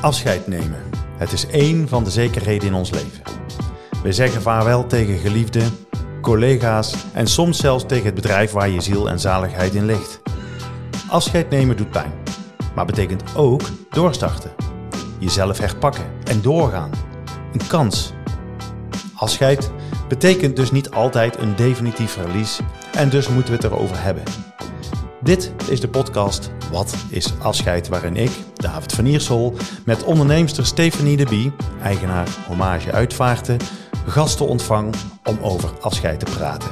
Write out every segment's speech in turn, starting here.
Afscheid nemen. Het is één van de zekerheden in ons leven. We zeggen vaarwel tegen geliefden, collega's en soms zelfs tegen het bedrijf waar je ziel en zaligheid in ligt. Afscheid nemen doet pijn, maar betekent ook doorstarten. Jezelf herpakken en doorgaan. Een kans. Afscheid betekent dus niet altijd een definitief verlies en dus moeten we het erover hebben. Dit is de podcast Wat is afscheid, waarin ik, David van Iersel, met onderneemster Stephanie de Bie, eigenaar Hommage Uitvaarten, gasten ontvang om over afscheid te praten.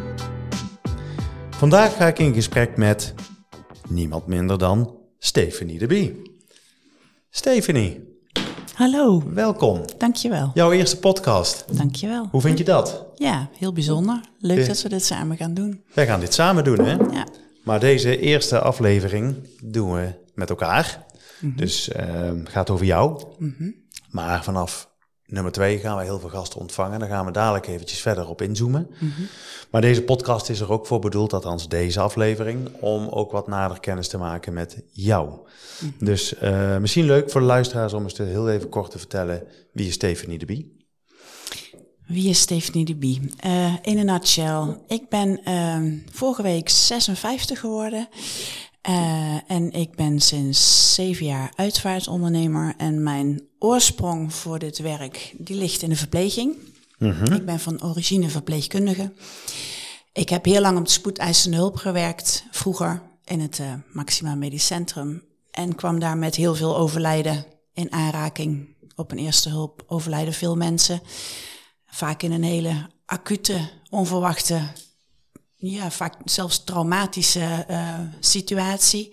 Vandaag ga ik in gesprek met niemand minder dan Stephanie de Bie. Stephanie. Hallo. Welkom. Dankjewel. Jouw eerste podcast. Dankjewel. Hoe vind je dat? Ja, heel bijzonder. Leuk dat we dit samen gaan doen. Wij gaan dit samen doen, hè? Ja. Maar deze eerste aflevering doen we met elkaar. Mm-hmm. Dus het gaat over jou. Mm-hmm. Maar vanaf nummer 2 gaan we heel veel gasten ontvangen. Daar gaan we dadelijk eventjes verder op inzoomen. Mm-hmm. Maar deze podcast is er ook voor bedoeld, althans deze aflevering, om ook wat nader kennis te maken met jou. Mm-hmm. Dus misschien leuk voor de luisteraars om eens heel even kort te vertellen, wie is Stephanie de Bie? Wie is Stephanie de Bie? In een nutshell. Ik ben vorige week 56 geworden. En ik ben sinds 7 jaar uitvaartondernemer. En mijn oorsprong voor dit werk, die ligt in de verpleging. Mm-hmm. Ik ben van origine verpleegkundige. Ik heb heel lang op de spoedeisende hulp gewerkt. Vroeger in het Maxima Medisch Centrum. En kwam daar met heel veel overlijden in aanraking. Op een eerste hulp overlijden veel mensen. Vaak in een hele acute, onverwachte, ja, vaak zelfs traumatische situatie.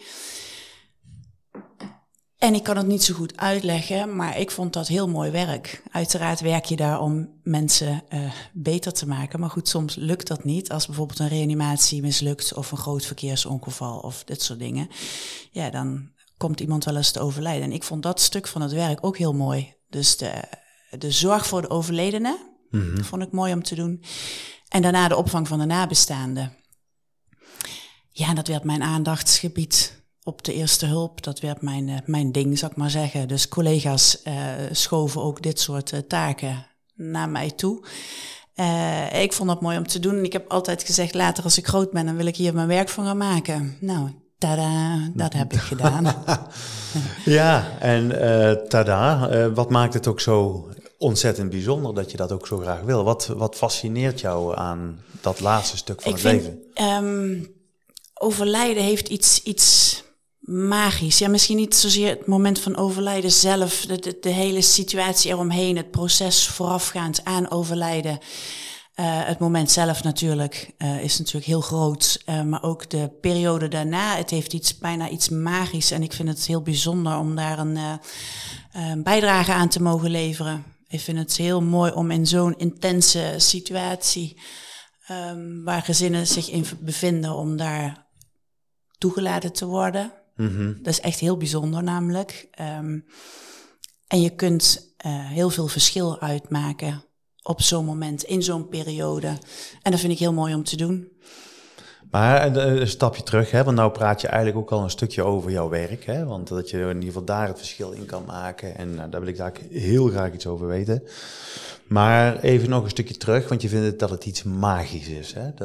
En ik kan het niet zo goed uitleggen, maar ik vond dat heel mooi werk. Uiteraard werk je daar om mensen beter te maken. Maar goed, soms lukt dat niet. Als bijvoorbeeld een reanimatie mislukt of een groot verkeersongeval of dit soort dingen. Ja, dan komt iemand wel eens te overlijden. En ik vond dat stuk van het werk ook heel mooi. Dus de zorg voor de overledene. Mm-hmm. Dat vond ik mooi om te doen. En daarna de opvang van de nabestaanden. Ja, dat werd mijn aandachtsgebied op de eerste hulp. Dat werd mijn ding, zou ik maar zeggen. Dus collega's schoven ook dit soort taken naar mij toe. Ik vond dat mooi om te doen. Ik heb altijd gezegd, later als ik groot ben, dan wil ik hier mijn werk van gaan maken. Nou, tada, dat heb ik gedaan. Ja, en wat maakt het ook zo ontzettend bijzonder dat je dat ook zo graag wil? Wat fascineert jou aan dat laatste stuk van het leven? Overlijden heeft iets magisch. Ja, misschien niet zozeer het moment van overlijden zelf, de hele situatie eromheen, het proces voorafgaand aan overlijden. Het moment zelf natuurlijk is natuurlijk heel groot, maar ook de periode daarna. Het heeft bijna iets magisch en ik vind het heel bijzonder om daar een bijdrage aan te mogen leveren. Ik vind het heel mooi om in zo'n intense situatie, waar gezinnen zich in bevinden, om daar toegelaten te worden. Mm-hmm. Dat is echt heel bijzonder namelijk. En je kunt heel veel verschil uitmaken op zo'n moment, in zo'n periode. En dat vind ik heel mooi om te doen. Maar een stapje terug, hè? Want nou praat je eigenlijk ook al een stukje over jouw werk. Hè? Want dat je in ieder geval daar het verschil in kan maken. En daar wil ik daar heel graag iets over weten. Maar even nog een stukje terug, want je vindt dat het iets magisch is. Hè?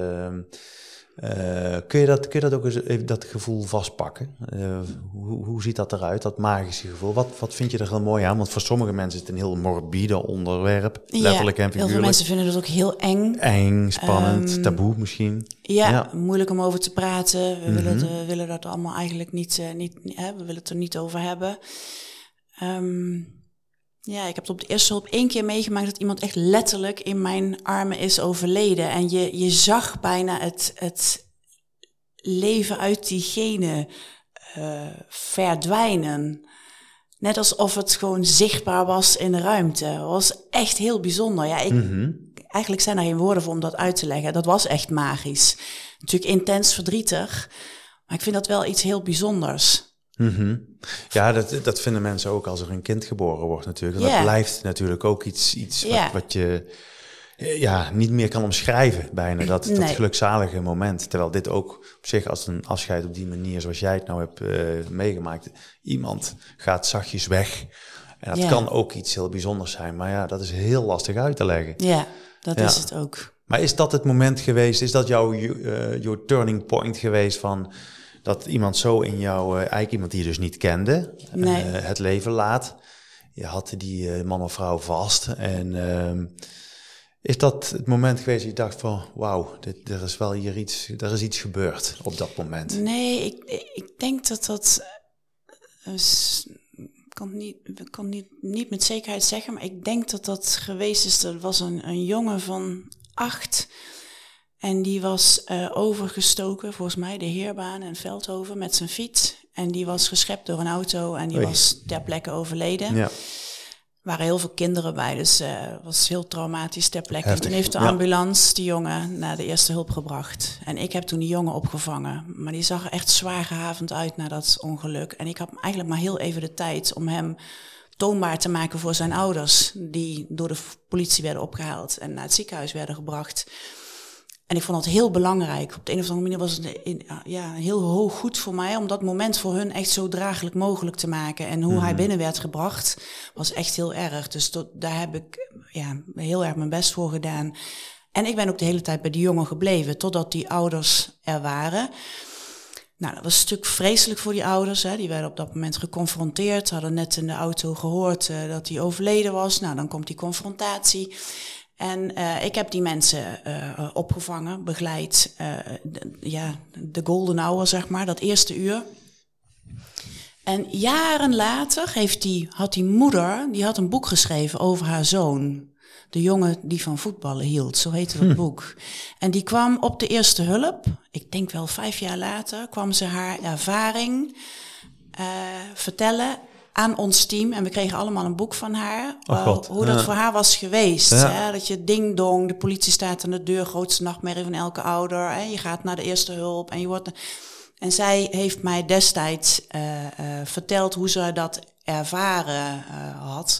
Kun je dat ook eens even dat gevoel vastpakken? Hoe ziet dat eruit, dat magische gevoel? Wat vind je er heel mooi aan? Want voor sommige mensen is het een heel morbide onderwerp, letterlijk en figuurlijk. Heel veel mensen vinden het ook heel eng. Eng, spannend, taboe misschien. Ja, moeilijk om over te praten. We willen dat allemaal eigenlijk niet we willen het er niet over hebben. Ja, ik heb het op de eerste hulp 1 keer meegemaakt dat iemand echt letterlijk in mijn armen is overleden. En je zag bijna het leven uit diegene verdwijnen. Net alsof het gewoon zichtbaar was in de ruimte. Het was echt heel bijzonder. Ja, eigenlijk zijn er geen woorden voor om dat uit te leggen. Dat was echt magisch. Natuurlijk intens verdrietig, maar ik vind dat wel iets heel bijzonders. Mm-hmm. Ja, dat vinden mensen ook als er een kind geboren wordt natuurlijk. En dat blijft natuurlijk ook iets wat je niet meer kan omschrijven bijna. Dat gelukzalige moment. Terwijl dit ook op zich als een afscheid op die manier zoals jij het nou hebt meegemaakt. Iemand gaat zachtjes weg. En dat kan ook iets heel bijzonders zijn. Maar ja, dat is heel lastig uit te leggen. Ja, dat is het ook. Maar is dat het moment geweest? Is dat jouw turning point geweest van dat iemand zo in jou, eigenlijk iemand die je dus niet kende, het leven laat? Je had die man of vrouw vast. En is dat het moment geweest dat je dacht van wauw, er is wel hier iets gebeurd op dat moment? Nee, ik denk dat kan niet met zekerheid zeggen, maar ik denk dat geweest is. Er was een jongen van 8 en die was overgestoken, volgens mij de Heerbaan in Veldhoven met zijn fiets. En die was geschept door een auto en die was ter plekke overleden. Ja. Er waren heel veel kinderen bij, dus het was heel traumatisch ter plekke. En toen heeft de ambulance die jongen naar de eerste hulp gebracht. En ik heb toen die jongen opgevangen. Maar die zag er echt zwaar gehavend uit na dat ongeluk. En ik had eigenlijk maar heel even de tijd om hem toonbaar te maken voor zijn ouders. Die door de politie werden opgehaald en naar het ziekenhuis werden gebracht. En ik vond dat heel belangrijk. Op de een of andere manier was het heel hoog goed voor mij om dat moment voor hun echt zo draaglijk mogelijk te maken. En hoe hij binnen werd gebracht was echt heel erg. Dus daar heb ik heel erg mijn best voor gedaan. En ik ben ook de hele tijd bij die jongen gebleven totdat die ouders er waren. Nou, dat was een stuk vreselijk voor die ouders. Hè. Die werden op dat moment geconfronteerd. Hadden net in de auto gehoord dat hij overleden was. Nou, dan komt die confrontatie. En ik heb die mensen opgevangen, begeleid. De golden hour, zeg maar, dat eerste uur. En jaren later had die moeder een boek geschreven over haar zoon. De jongen die van voetballen hield, zo heette dat boek. En die kwam op de eerste hulp. Ik denk wel 5 jaar later kwam ze haar ervaring vertellen aan ons team. En we kregen allemaal een boek van haar. Hoe dat voor haar was geweest. Ja. Hè? Dat je ding dong, de politie staat aan de deur. Grootste nachtmerrie van elke ouder. Hè? Je gaat naar de eerste hulp en je wordt... En zij heeft mij destijds verteld hoe ze dat ervaren had.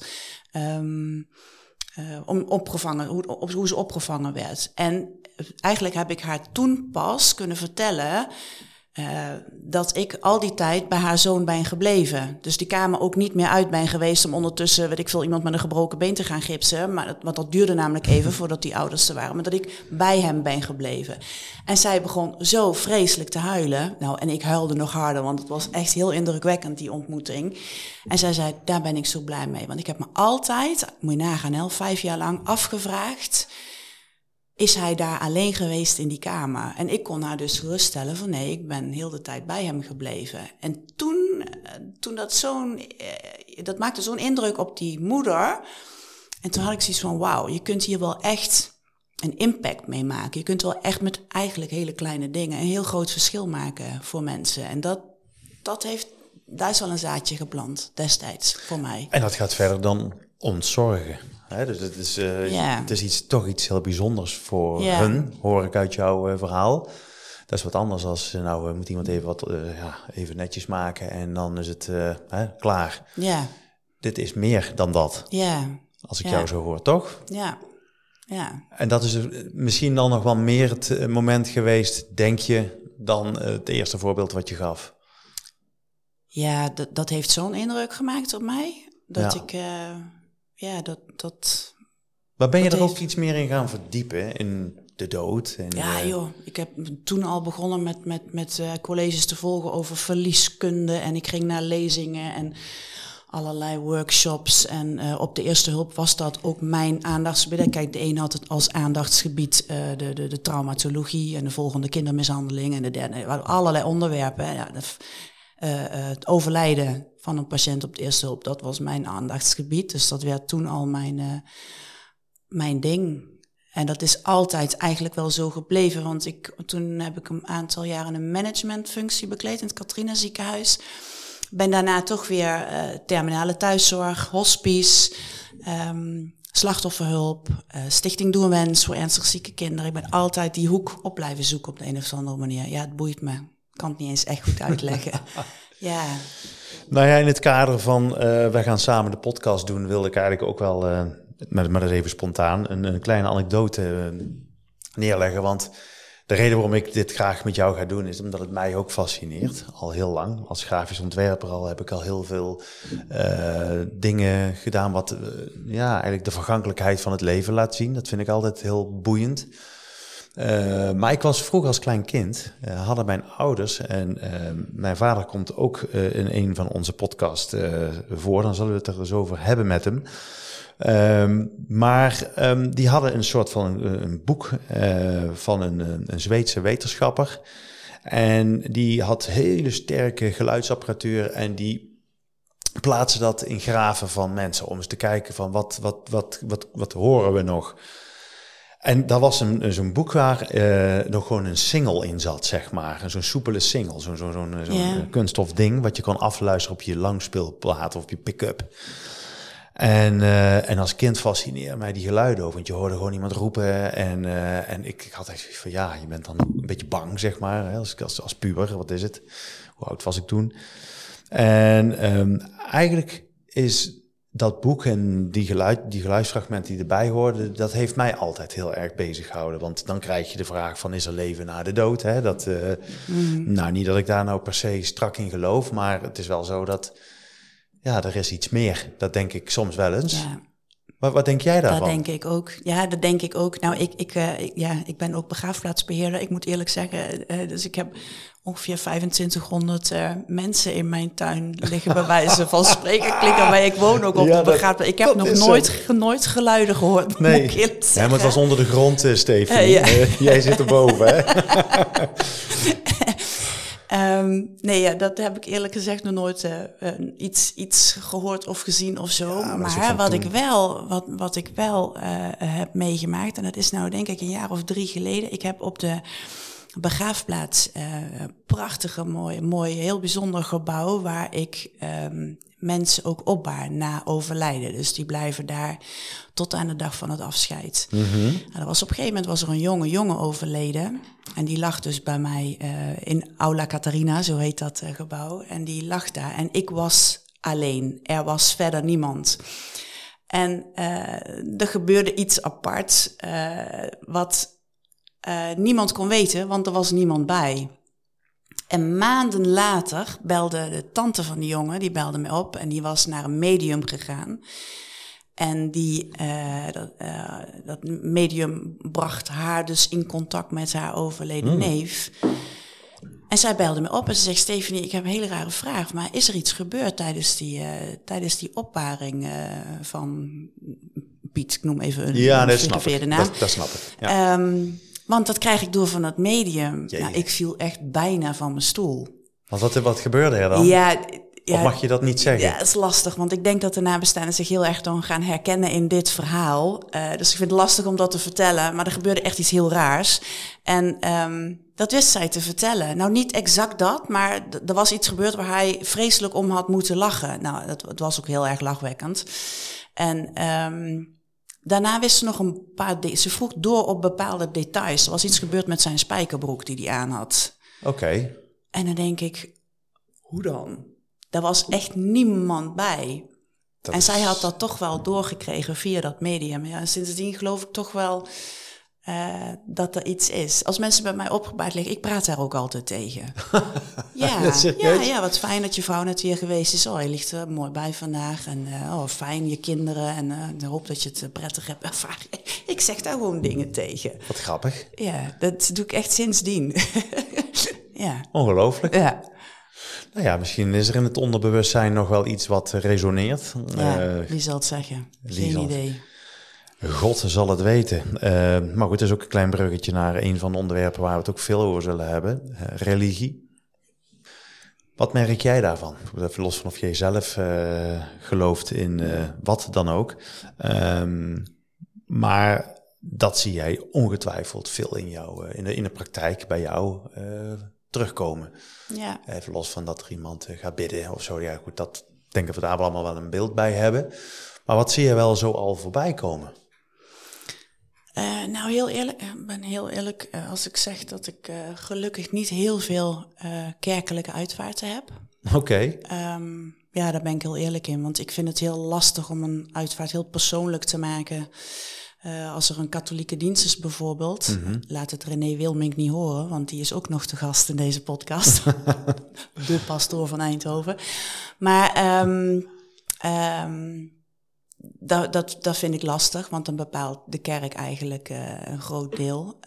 Hoe ze opgevangen werd. En eigenlijk heb ik haar toen pas kunnen vertellen dat ik al die tijd bij haar zoon ben gebleven. Dus die kamer ook niet meer uit ben geweest om ondertussen, weet ik veel, iemand met een gebroken been te gaan gipsen. Want dat duurde namelijk even voordat die ouders er waren. Maar dat ik bij hem ben gebleven. En zij begon zo vreselijk te huilen. Nou, en ik huilde nog harder, want het was echt heel indrukwekkend, die ontmoeting. En zij zei, daar ben ik zo blij mee. Want ik heb me altijd, moet je nagaan, 5 jaar lang afgevraagd, is hij daar alleen geweest in die kamer? En ik kon haar dus geruststellen van nee, ik ben heel de tijd bij hem gebleven. En toen dat maakte zo'n indruk op die moeder. En toen had ik zoiets van wauw, je kunt hier wel echt een impact mee maken. Je kunt wel echt met eigenlijk hele kleine dingen een heel groot verschil maken voor mensen. En daar is wel een zaadje geplant destijds voor mij. En dat gaat verder dan ontzorgen. Dus het is toch iets heel bijzonders voor hun, hoor ik uit jouw verhaal. Dat is wat anders als, moet iemand even netjes maken en dan is het klaar. Ja. Dit is meer dan dat, als ik jou zo hoor, toch? Ja. En dat is misschien dan nog wel meer het moment geweest, denk je, dan het eerste voorbeeld wat je gaf. Ja, dat heeft zo'n indruk gemaakt op mij, dat ik... Maar ben je er ook iets meer in gaan verdiepen, in de dood? Ik heb toen al begonnen met colleges te volgen over verlieskunde. En ik ging naar lezingen en allerlei workshops. En op de eerste hulp was dat ook mijn aandachtsgebied. Kijk, de een had het als aandachtsgebied de traumatologie en de volgende kindermishandeling. En de derde, allerlei onderwerpen. Ja, het overlijden van een patiënt op de eerste hulp, dat was mijn aandachtsgebied. Dus dat werd toen al mijn ding. En dat is altijd eigenlijk wel zo gebleven. Want toen heb ik een aantal jaren een managementfunctie bekleed in het Catharina ziekenhuis. Ben daarna toch weer terminale thuiszorg, hospice, slachtofferhulp, Stichting Doe een Wens voor ernstig zieke kinderen. Ik ben altijd die hoek op blijven zoeken op de een of andere manier. Ja, het boeit me. Ik kan het niet eens echt goed uitleggen. Ja. Nou ja, in het kader van wij gaan samen de podcast doen, wilde ik eigenlijk ook wel maar dat is even spontaan, een kleine anekdote neerleggen. Want de reden waarom ik dit graag met jou ga doen is omdat het mij ook fascineert. Al heel lang. Als grafisch ontwerper heb ik al heel veel dingen gedaan wat eigenlijk de vergankelijkheid van het leven laat zien. Dat vind ik altijd heel boeiend. Maar ik was vroeger als klein kind, hadden mijn ouders en mijn vader komt ook in een van onze podcasts voor. Dan zullen we het er eens over hebben met hem. Maar die hadden een soort van een boek van een Zweedse wetenschapper. En die had hele sterke geluidsapparatuur en die plaatste dat in graven van mensen om eens te kijken van wat horen we nog. En dat was zo'n boek waar nog gewoon een single in zat, zeg maar. Zo'n soepele single, zo'n kunststof ding wat je kon afluisteren op je langspeelplaat of op je pick-up. En als kind fascineerde mij die geluiden ook, want je hoorde gewoon iemand roepen. En ik had echt zoiets van, je bent dan een beetje bang, zeg maar, hè, als puber. Wat is het? Hoe oud was ik toen? En eigenlijk is dat boek en die geluidsfragmenten die erbij hoorden, dat heeft mij altijd heel erg bezig gehouden. Want dan krijg je de vraag van, is er leven na de dood? Hè? Nou, niet dat ik daar nou per se strak in geloof, maar het is wel zo dat er is iets meer. Dat denk ik soms wel eens. Ja. Wat denk jij daarvan? Dat denk ik ook. Ja, dat denk ik ook. Nou, ik ben ook begraafplaatsbeheerder. Ik moet eerlijk zeggen, dus ik heb ongeveer 2500 mensen in mijn tuin liggen, bij wijze van spreken. Maar ik woon ook op de begraafplaats. Ik heb nog nooit geluiden gehoord. Nee, maar het was onder de grond, Stefanie. Jij zit erboven, hè? Dat heb ik eerlijk gezegd nog nooit iets gehoord of gezien of zo. Ja, maar wat ik wel heb meegemaakt, en dat is nou denk ik een jaar of 3 geleden. Ik heb op de begraafplaats prachtige, mooi, heel bijzonder gebouw waar ik mensen ook opbaar na overlijden. Dus die blijven daar tot aan de dag van het afscheid. Mm-hmm. Op een gegeven moment was er een jonge overleden. En die lag dus bij mij in Aula Catharina, zo heet dat gebouw. En die lag daar. En ik was alleen. Er was verder niemand. En er gebeurde iets aparts wat niemand kon weten, want er was niemand bij. En maanden later belde de tante van die jongen, die belde me op en die was naar een medium gegaan. En dat medium bracht haar dus in contact met haar overleden neef. En zij belde me op en ze zegt, Stefanie, ik heb een hele rare vraag, maar is er iets gebeurd tijdens die opbaring van Piet? Ik noem even een verkeerde naam. Dat snap ik. Ja. Want dat krijg ik door van het medium. Nou, ik viel echt bijna van mijn stoel. Wat gebeurde er dan? Of mag je dat niet zeggen? Ja, het is lastig, want ik denk dat de nabestaanden zich heel erg dan gaan herkennen in dit verhaal. Dus ik vind het lastig om dat te vertellen, maar er gebeurde echt iets heel raars. En dat wist zij te vertellen. Nou, niet exact dat, maar er was iets gebeurd waar hij vreselijk om had moeten lachen. Nou, het was ook heel erg lachwekkend. En daarna wist ze nog een paar ze vroeg door op bepaalde details. Er was iets gebeurd met zijn spijkerbroek die hij aan had. Oké. En dan denk ik, hoe dan? Er was echt niemand bij. Zij had dat toch wel doorgekregen via dat medium. Ja, en sindsdien geloof ik toch wel dat er iets is. Als mensen bij mij opgebaard liggen, ik praat daar ook altijd tegen. Ja, wat fijn dat je vrouw net weer geweest is. Oh, je ligt er mooi bij vandaag. En fijn, je kinderen. En ik hoop dat je het prettig hebt ervaren. Ik zeg daar gewoon dingen tegen. Wat grappig. Ja, dat doe ik echt sindsdien. Ja. Ongelooflijk. Ja. Nou ja, misschien is er in het onderbewustzijn nog wel iets wat resoneert. Ja, wie zal het zeggen? Geen idee. God zal het weten. Maar goed, het is ook een klein bruggetje naar een van de onderwerpen waar we het ook veel over zullen hebben. Religie. Wat merk jij daarvan? Even los van of jij zelf gelooft in wat dan ook. Maar dat zie jij ongetwijfeld veel in jou, in de praktijk bij jou terugkomen. Ja. Even los van dat er iemand gaat bidden of zo. Ja, goed, dat denk ik dat we daar allemaal wel een beeld bij hebben. Maar wat zie je wel zo al voorbij komen? Nou, ik ben heel eerlijk als ik zeg dat ik gelukkig niet heel veel kerkelijke uitvaarten heb. Oké. Ja, daar ben ik heel eerlijk in. Want ik vind het heel lastig om een uitvaart heel persoonlijk te maken. Als er een katholieke dienst is bijvoorbeeld, laat het René Wilmink niet horen, want die is ook nog te gast in deze podcast. De pastoor van Eindhoven. Maar dat vind ik lastig, want dan bepaalt de kerk eigenlijk een groot deel.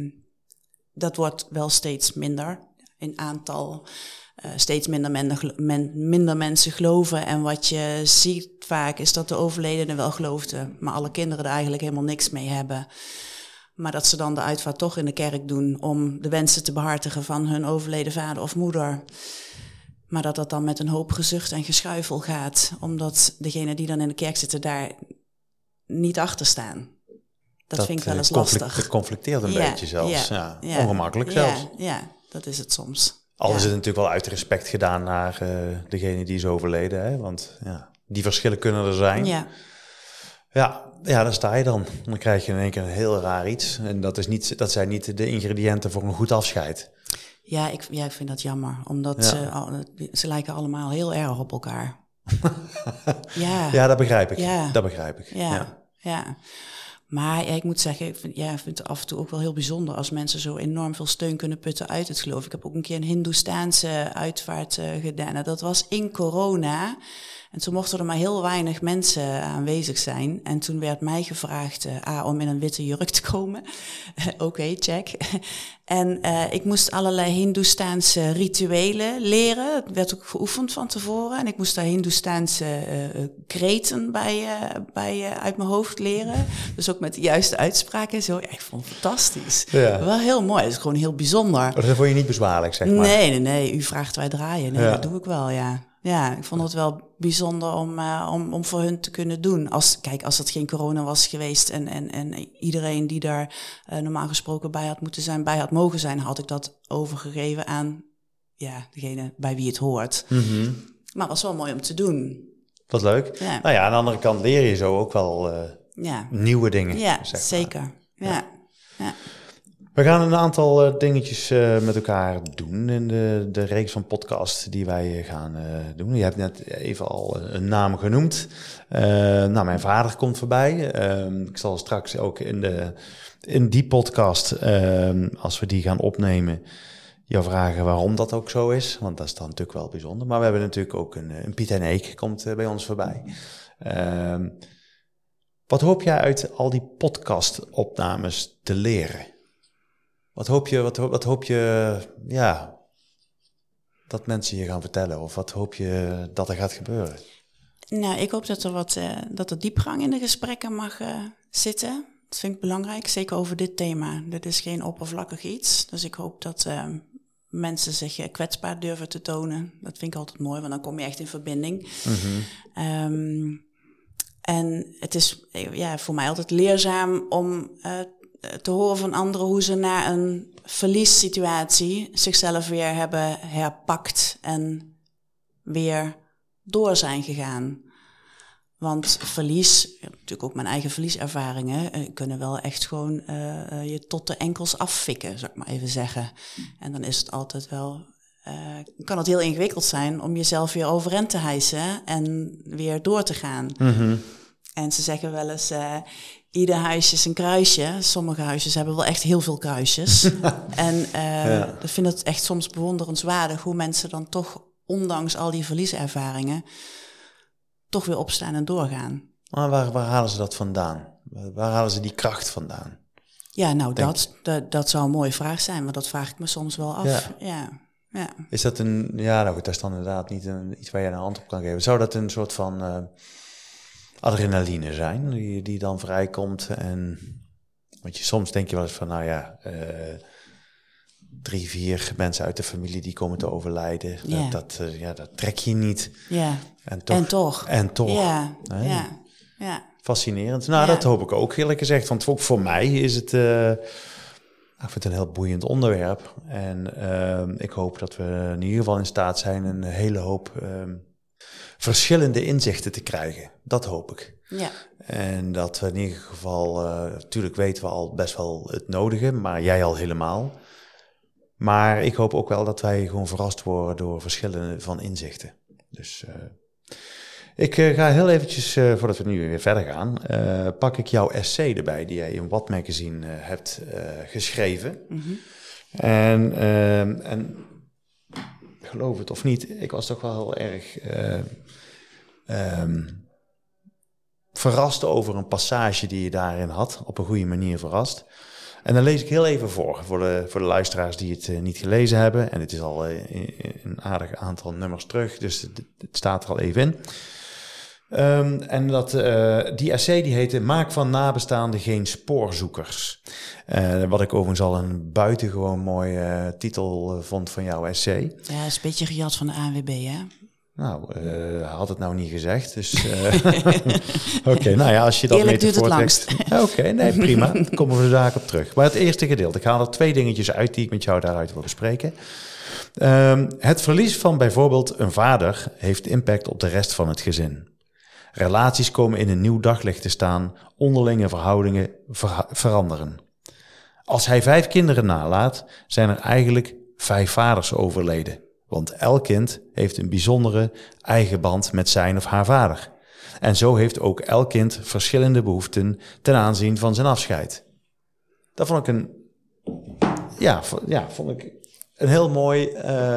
Dat wordt wel steeds minder in aantal. Steeds minder mensen geloven. En wat je ziet vaak is dat de overledenen wel geloofden, maar alle kinderen er eigenlijk helemaal niks mee hebben. Maar dat ze dan de uitvaart toch in de kerk doen om de wensen te behartigen van hun overleden vader of moeder. Maar dat dan met een hoop gezucht en geschuifel gaat, omdat degenen die dan in de kerk zitten daar niet achter staan. Dat vind ik wel eens lastig. Het conflicteert een beetje zelfs. Ja. Ongemakkelijk zelfs. Ja, dat is het soms. Al is het natuurlijk wel uit respect gedaan naar degene die is overleden. Hè? Want die verschillen kunnen er zijn. Ja, daar sta je dan. Dan krijg je in één keer een heel raar iets. En dat zijn niet de ingrediënten voor een goed afscheid. Ja, ik vind dat jammer. Omdat ze lijken allemaal heel erg op elkaar. Ja, dat begrijp ik. Dat begrijp ik. Ja. Maar ik moet zeggen, ik vind het af en toe ook wel heel bijzonder als mensen zo enorm veel steun kunnen putten uit het geloof. Ik heb ook een keer een Hindoestaanse uitvaart gedaan. Nou, dat was in corona. En toen mochten er maar heel weinig mensen aanwezig zijn. En toen werd mij gevraagd om in een witte jurk te komen. Oké, check. En ik moest allerlei Hindoestaanse rituelen leren. Het werd ook geoefend van tevoren. En ik moest daar Hindoestaanse kreten bij uit mijn hoofd leren. Dus ook met de juiste uitspraken en zo. Ja, ik vond het fantastisch. Ja. Wel heel mooi. Het is gewoon heel bijzonder. Maar dat vond je niet bezwaarlijk, zeg maar? Nee. U vraagt, wij draaien. Nee, dat doe ik wel, ja. Ja, ik vond het wel bijzonder om voor hun te kunnen doen. Als het geen corona was geweest en iedereen die daar normaal gesproken bij had mogen zijn, had ik dat overgegeven aan degene bij wie het hoort. Mm-hmm. Maar het was wel mooi om te doen. Wat leuk. Ja. Nou ja, aan de andere kant leer je zo ook wel nieuwe dingen. Ja, zeg maar. Zeker. Ja. We gaan een aantal dingetjes met elkaar doen in de reeks van podcasts die wij gaan doen. Je hebt net even al een naam genoemd. Mijn vader komt voorbij. Ik zal straks ook in die podcast, als we die gaan opnemen, jou vragen waarom dat ook zo is. Want dat is dan natuurlijk wel bijzonder. Maar we hebben natuurlijk ook een Piet en Eek komt bij ons voorbij. Wat hoop jij uit al die podcastopnames te leren? Wat hoop je dat mensen je gaan vertellen? Of wat hoop je dat er gaat gebeuren? Nou, ik hoop dat er diepgang in de gesprekken mag zitten. Dat vind ik belangrijk, zeker over dit thema. Dit is geen oppervlakkig iets. Dus ik hoop dat mensen zich kwetsbaar durven te tonen. Dat vind ik altijd mooi, want dan kom je echt in verbinding. Mm-hmm. En het is voor mij altijd leerzaam om te horen van anderen hoe ze na een verliessituatie zichzelf weer hebben herpakt en weer door zijn gegaan. Want verlies, natuurlijk ook mijn eigen verlieservaringen, kunnen wel echt gewoon je tot de enkels affikken, zou ik maar even zeggen. En dan is het altijd wel, kan het heel ingewikkeld zijn om jezelf weer overeind te hijsen en weer door te gaan. Mm-hmm. En ze zeggen wel eens, ieder huisje is een kruisje. Sommige huisjes hebben wel echt heel veel kruisjes. En ik vind het echt soms bewonderenswaardig hoe mensen dan toch, ondanks al die verlieservaringen, toch weer opstaan en doorgaan. Maar waar halen ze dat vandaan? Waar halen ze die kracht vandaan? Ja, nou, dat zou een mooie vraag zijn, maar dat vraag ik me soms wel af. Ja. Is dat dat is dan inderdaad niet iets waar je een hand op kan geven. Zou dat een soort van adrenaline zijn die dan vrijkomt? Want soms denk je wel eens van, 3, 4 mensen uit de familie die komen te overlijden. Yeah. Dat trek je niet. Yeah. En toch. Ja. Fascinerend. Nou, dat hoop ik ook eerlijk gezegd. Want ook voor mij is het ik vind het een heel boeiend onderwerp. En ik hoop dat we in ieder geval in staat zijn een hele hoop verschillende inzichten te krijgen. Dat hoop ik. Ja. En dat we in ieder geval, natuurlijk weten we al best wel het nodige, maar jij al helemaal. Maar ik hoop ook wel dat wij gewoon verrast worden door verschillende van inzichten. Dus Ik ga heel eventjes, voordat we nu weer verder gaan, pak ik jouw essay erbij die jij in What Magazine hebt geschreven. Mm-hmm. En geloof het of niet, ik was toch wel heel erg verrast over een passage die je daarin had. Op een goede manier verrast. En dan lees ik heel even voor de luisteraars die het niet gelezen hebben. En het is al een aardig aantal nummers terug, dus het staat er al even in. En die essay die heette Maak van nabestaanden geen spoorzoekers. Wat ik overigens al een buitengewoon mooie titel vond van jouw essay. Ja, dat is een beetje gejat van de ANWB, hè? Nou, had het nou niet gezegd. Dus oké, nou ja, als je dat eerlijk duurt het langst. Oké, nee, prima. Dan komen we de zaak op terug. Maar het eerste gedeelte, ik haal er 2 dingetjes uit die ik met jou daaruit wil bespreken. Het verlies van bijvoorbeeld een vader heeft impact op de rest van het gezin. Relaties komen in een nieuw daglicht te staan, onderlinge verhoudingen veranderen. Als hij 5 kinderen nalaat, zijn er eigenlijk 5 vaders overleden. Want elk kind heeft een bijzondere eigen band met zijn of haar vader. En zo heeft ook elk kind verschillende behoeften ten aanzien van zijn afscheid. Dat vond ik een heel mooi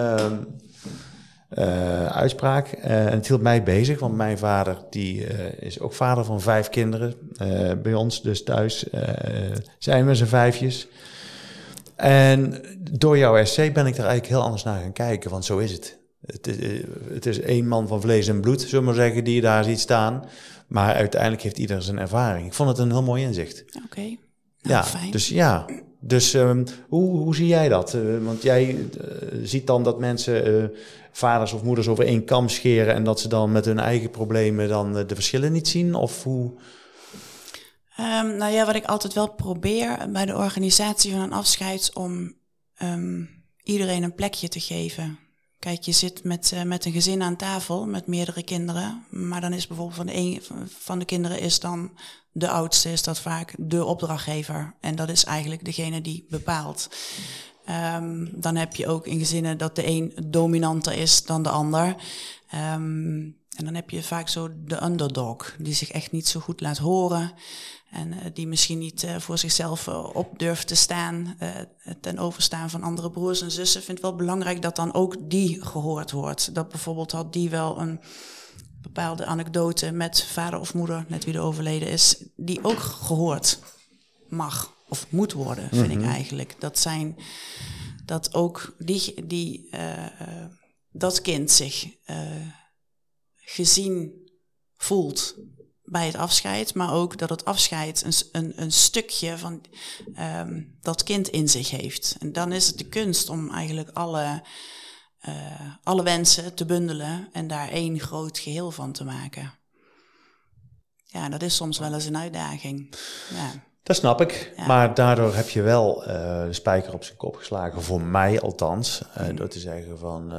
uitspraak. En het hield mij bezig, want mijn vader die is ook vader van 5 kinderen. Bij ons dus thuis zijn we z'n 5'jes. En door jouw essay ben ik er eigenlijk heel anders naar gaan kijken, want zo is het. Het is 1 man van vlees en bloed, zullen we maar zeggen, die je daar ziet staan. Maar uiteindelijk heeft ieder zijn ervaring. Ik vond het een heel mooi inzicht. Oké. Nou, ja, fijn. Dus hoe zie jij dat? Want jij ziet dan dat mensen vaders of moeders over 1 kam scheren en dat ze dan met hun eigen problemen dan de verschillen niet zien? Of hoe... Nou ja, wat ik altijd wel probeer bij de organisatie van een afscheid om iedereen een plekje te geven. Kijk, je zit met een gezin aan tafel met meerdere kinderen, maar dan is bijvoorbeeld van de kinderen is dan de oudste, is dat vaak de opdrachtgever. En dat is eigenlijk degene die bepaalt. Dan heb je ook in gezinnen dat de een dominanter is dan de ander. En dan heb je vaak zo de underdog, die zich echt niet zo goed laat horen. En die misschien niet voor zichzelf op durft te staan, ten overstaan van andere broers en zussen. Ik vind het wel belangrijk dat dan ook die gehoord wordt. Dat bijvoorbeeld had die wel een bepaalde anekdote met vader of moeder, net wie er overleden is, die ook gehoord mag of moet worden, vind ik eigenlijk. Dat ook dat kind zich gezien voelt bij het afscheid, maar ook dat het afscheid een stukje van dat kind in zich heeft. En dan is het de kunst om eigenlijk alle wensen te bundelen en daar 1 groot geheel van te maken. Ja, dat is soms wel eens een uitdaging. Ja. Dat snap ik, ja. Maar daardoor heb je wel de spijker op zijn kop geslagen, voor mij althans, door te zeggen van...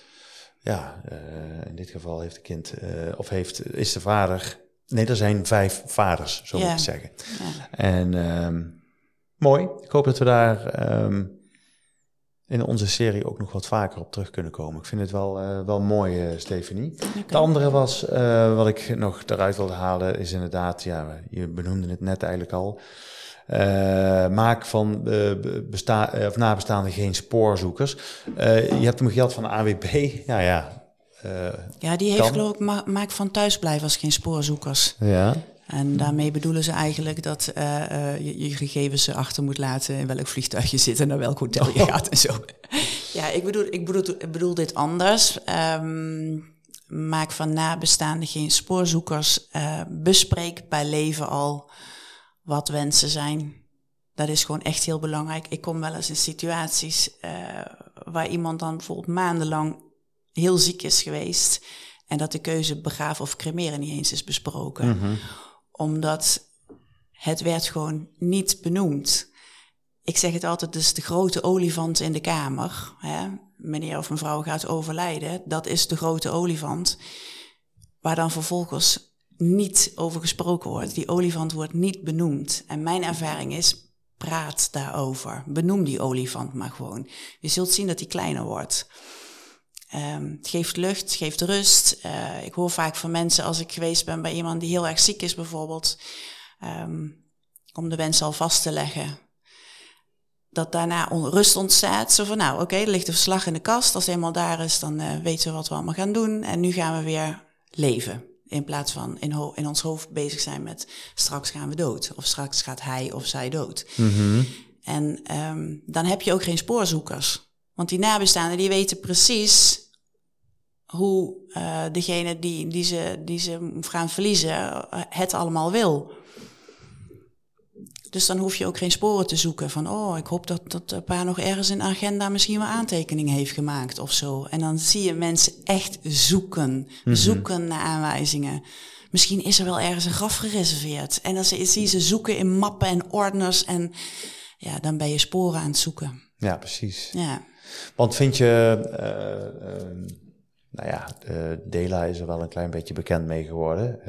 in dit geval heeft het kind, is de vader... Nee, er zijn 5 vaders, zo moet ik zeggen. Ja. En mooi. Ik hoop dat we daar in onze serie ook nog wat vaker op terug kunnen komen. Ik vind het wel mooi, Stefanie. Okay. Het andere was, wat ik nog eruit wilde halen, is inderdaad, je benoemde het net eigenlijk al... maak van nabestaanden geen spoorzoekers. Je hebt hem gehad van de AWB. Die heeft geloof ik maak van thuisblijvers geen spoorzoekers. Ja. En daarmee bedoelen ze eigenlijk dat je gegevens achter moet laten, in welk vliegtuig je zit en naar welk hotel je gaat en zo. Ja, ik bedoel dit anders. Maak van nabestaanden geen spoorzoekers. Bespreek bij leven al wat wensen zijn. Dat is gewoon echt heel belangrijk. Ik kom wel eens in situaties waar iemand dan bijvoorbeeld maandenlang heel ziek is geweest en dat de keuze begraven of cremeren niet eens is besproken. Mm-hmm. Omdat het werd gewoon niet benoemd. Ik zeg het altijd, dus de grote olifant in de kamer. Hè? Meneer of mevrouw gaat overlijden, dat is de grote olifant. Waar dan vervolgens niet over gesproken wordt. Die olifant wordt niet benoemd. En mijn ervaring is, praat daarover. Benoem die olifant maar gewoon. Je zult zien dat die kleiner wordt. Het geeft lucht, het geeft rust. Ik hoor vaak van mensen als ik geweest ben bij iemand die heel erg ziek is bijvoorbeeld, om de wens al vast te leggen, dat daarna rust ontstaat. Zo van, nou oké, er ligt een verslag in de kast. Als het eenmaal daar is, dan weten we wat we allemaal gaan doen. En nu gaan we weer leven. In plaats van in ons hoofd bezig zijn met straks gaan we dood. Of straks gaat hij of zij dood. Mm-hmm. En dan heb je ook geen spoorzoekers. Want die nabestaanden die weten precies hoe degene die ze gaan verliezen het allemaal wil. Dus dan hoef je ook geen sporen te zoeken van, ik hoop dat pa nog ergens in de agenda misschien wel aantekeningen heeft gemaakt of zo. En dan zie je mensen echt zoeken naar aanwijzingen. Misschien is er wel ergens een graf gereserveerd. En dan zie je ze zoeken in mappen en ordners en ja, dan ben je sporen aan het zoeken. Ja, precies. Ja. Want vind je, Dela is er wel een klein beetje bekend mee geworden.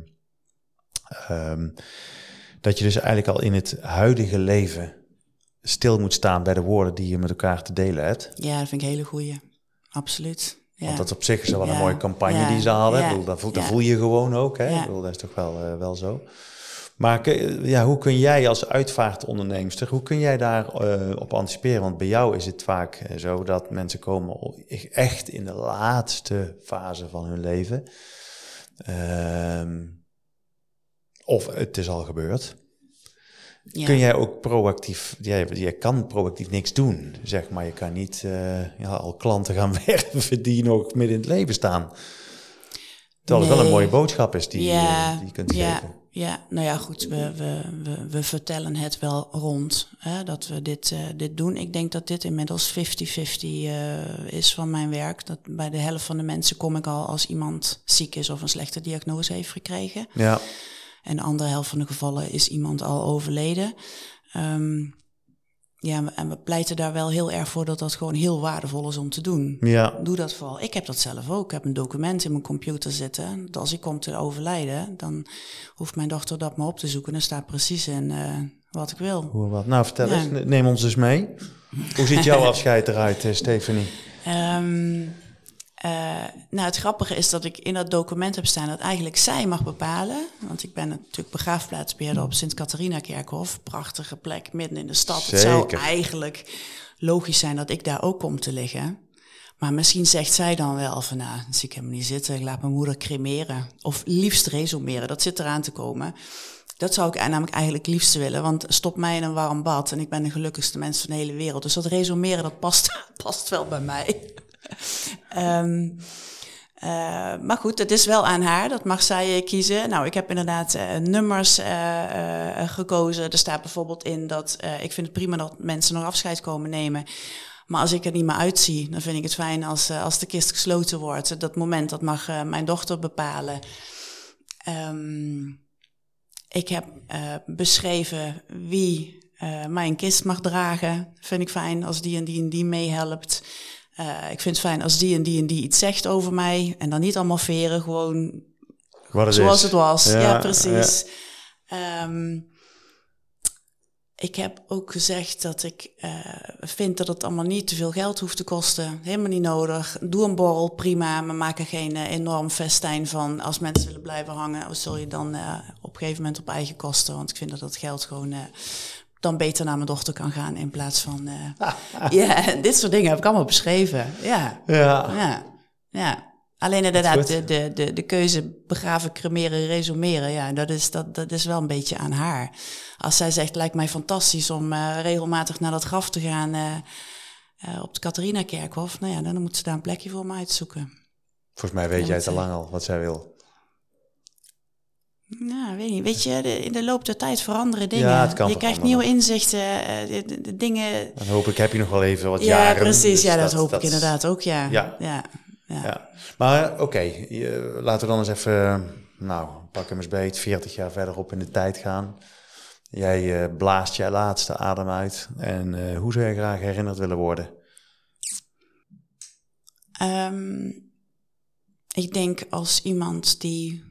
Dat je dus eigenlijk al in het huidige leven stil moet staan bij de woorden die je met elkaar te delen hebt. Ja, dat vind ik een hele goeie. Absoluut. Ja. Want dat op zich is wel een mooie campagne die ze hadden. Ja. Ik bedoel, dat voel je gewoon ook. Hè? Ja. Ik bedoel, dat is toch wel zo. Maar hoe kun jij als uitvaartonderneemster, hoe kun jij daar op anticiperen? Want bij jou is het vaak zo dat mensen komen echt in de laatste fase van hun leven. Of het is al gebeurd. Ja. Kun jij ook proactief, je kan proactief niks doen, zeg maar. Je kan niet al klanten gaan werven die nog midden in het leven staan. Terwijl het wel een mooie boodschap is die je kunt geven. Ja, nou ja, goed, we vertellen het wel rond, hè, dat we dit doen. Ik denk dat dit inmiddels 50-50 is van mijn werk. Dat bij de helft van de mensen kom ik al als iemand ziek is of een slechte diagnose heeft gekregen. Ja. En de andere helft van de gevallen is iemand al overleden. En we pleiten daar wel heel erg voor dat dat gewoon heel waardevol is om te doen. Ja. Doe dat vooral. Ik heb dat zelf ook. Ik heb een document in mijn computer zitten. Dat als ik kom te overlijden, dan hoeft mijn dochter dat maar op te zoeken. En er staat precies in wat ik wil. Wat? Nou, vertel eens. Neem ons eens mee. Hoe ziet jouw afscheid eruit, Stephanie? Het grappige is dat ik in dat document heb staan dat eigenlijk zij mag bepalen. Want ik ben natuurlijk begraafplaatsbeheerder op Sint-Catharina-kerkhof. Prachtige plek, midden in de stad. Zeker. Het zou eigenlijk logisch zijn dat ik daar ook kom te liggen. Maar misschien zegt zij dan wel van, nou, dat zie ik helemaal niet zitten. Ik laat mijn moeder cremeren. Of liefst resumeren, dat zit eraan te komen. Dat zou ik namelijk eigenlijk liefst willen, want stop mij in een warm bad en ik ben de gelukkigste mens van de hele wereld. Dus dat resumeren, dat past wel bij mij. Maar goed, het is wel aan haar, dat mag zij kiezen. Nou, ik heb inderdaad nummers gekozen. Er staat bijvoorbeeld in dat ik vind het prima dat mensen nog afscheid komen nemen. Maar als ik er niet meer uitzie, dan vind ik het fijn als de kist gesloten wordt. Dat moment, dat mag mijn dochter bepalen. Ik heb beschreven wie mijn kist mag dragen. Vind ik fijn als die en die en die meehelpt. Ik vind het fijn als die en die en die iets zegt over mij. En dan niet allemaal veren, gewoon zoals het was. Ja, precies. Ja. Ik heb ook gezegd dat ik vind dat het allemaal niet te veel geld hoeft te kosten. Helemaal niet nodig. Doe een borrel, prima. Maar maak er geen enorm festijn van. Als mensen willen blijven hangen, zul je dan op een gegeven moment op eigen kosten. Want ik vind dat dat geld gewoon dan beter naar mijn dochter kan gaan in plaats van... dit soort dingen heb ik allemaal beschreven. Ja. Alleen inderdaad de keuze begraven, cremeren, resumeren, ja, dat is wel een beetje aan haar. Als zij zegt, lijkt mij fantastisch om regelmatig naar dat graf te gaan op de Catharina-kerkhof, nou ja, dan moet ze daar een plekje voor me uitzoeken. Volgens mij weet jij te lang al wat zij wil. Nou, weet niet. Weet je, in de loop der tijd veranderen dingen. Ja, het kan je krijgt nieuwe inzichten, de dingen... Dan hoop ik, heb je nog wel even wat jaren. Ja, precies. Dus dat hoop ik inderdaad ook, ja. Maar oké, laten we dan eens even, pak hem eens beet, 40 jaar verderop in de tijd gaan. Jij blaast je laatste adem uit. En hoe zou je graag herinnerd willen worden? Ik denk als iemand die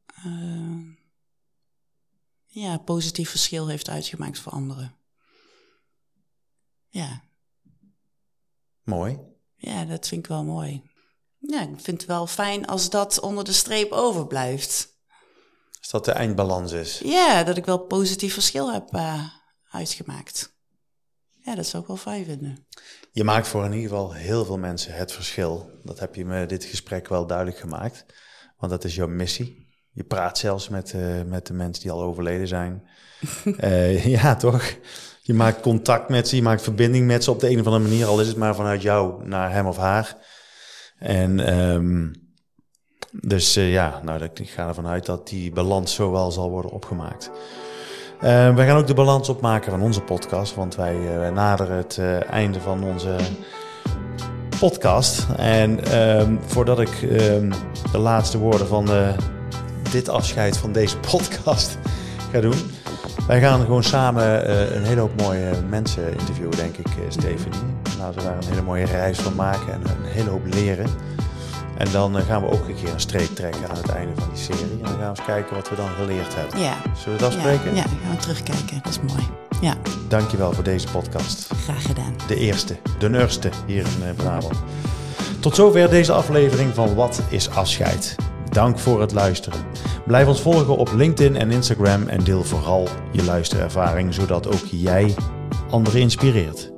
positief verschil heeft uitgemaakt voor anderen. Ja. Mooi. Ja, dat vind ik wel mooi. Ja, ik vind het wel fijn als dat onder de streep overblijft. Als dat de eindbalans is. Ja, dat ik wel positief verschil heb uitgemaakt. Ja, dat zou ik wel fijn vinden. Je maakt voor in ieder geval heel veel mensen het verschil. Dat heb je me dit gesprek wel duidelijk gemaakt. Want dat is jouw missie. Je praat zelfs met de mensen die al overleden zijn. Ja, toch? Je maakt contact met ze, je maakt verbinding met ze op de een of andere manier. Al is het maar vanuit jou naar hem of haar. En ik ga ervan uit dat die balans zo wel zal worden opgemaakt. We gaan ook de balans opmaken van onze podcast. Want wij naderen het einde van onze podcast. En voordat ik de laatste woorden van dit afscheid van deze podcast ga doen. Wij gaan gewoon samen een hele hoop mooie mensen interviewen, denk ik, Stephanie. Laten we daar een hele mooie reis van maken en een hele hoop leren. En dan gaan we ook een keer een streep trekken aan het einde van die serie. En dan gaan we eens kijken wat we dan geleerd hebben. Ja. Zullen we dat afspreken? Ja, gaan we terugkijken. Dat is mooi. Ja. Dankjewel voor deze podcast. Graag gedaan. De eerste, de nurste hier in Brabant. Tot zover deze aflevering van Wat is Afscheid? Dank voor het luisteren. Blijf ons volgen op LinkedIn en Instagram en deel vooral je luisterervaring, zodat ook jij anderen inspireert.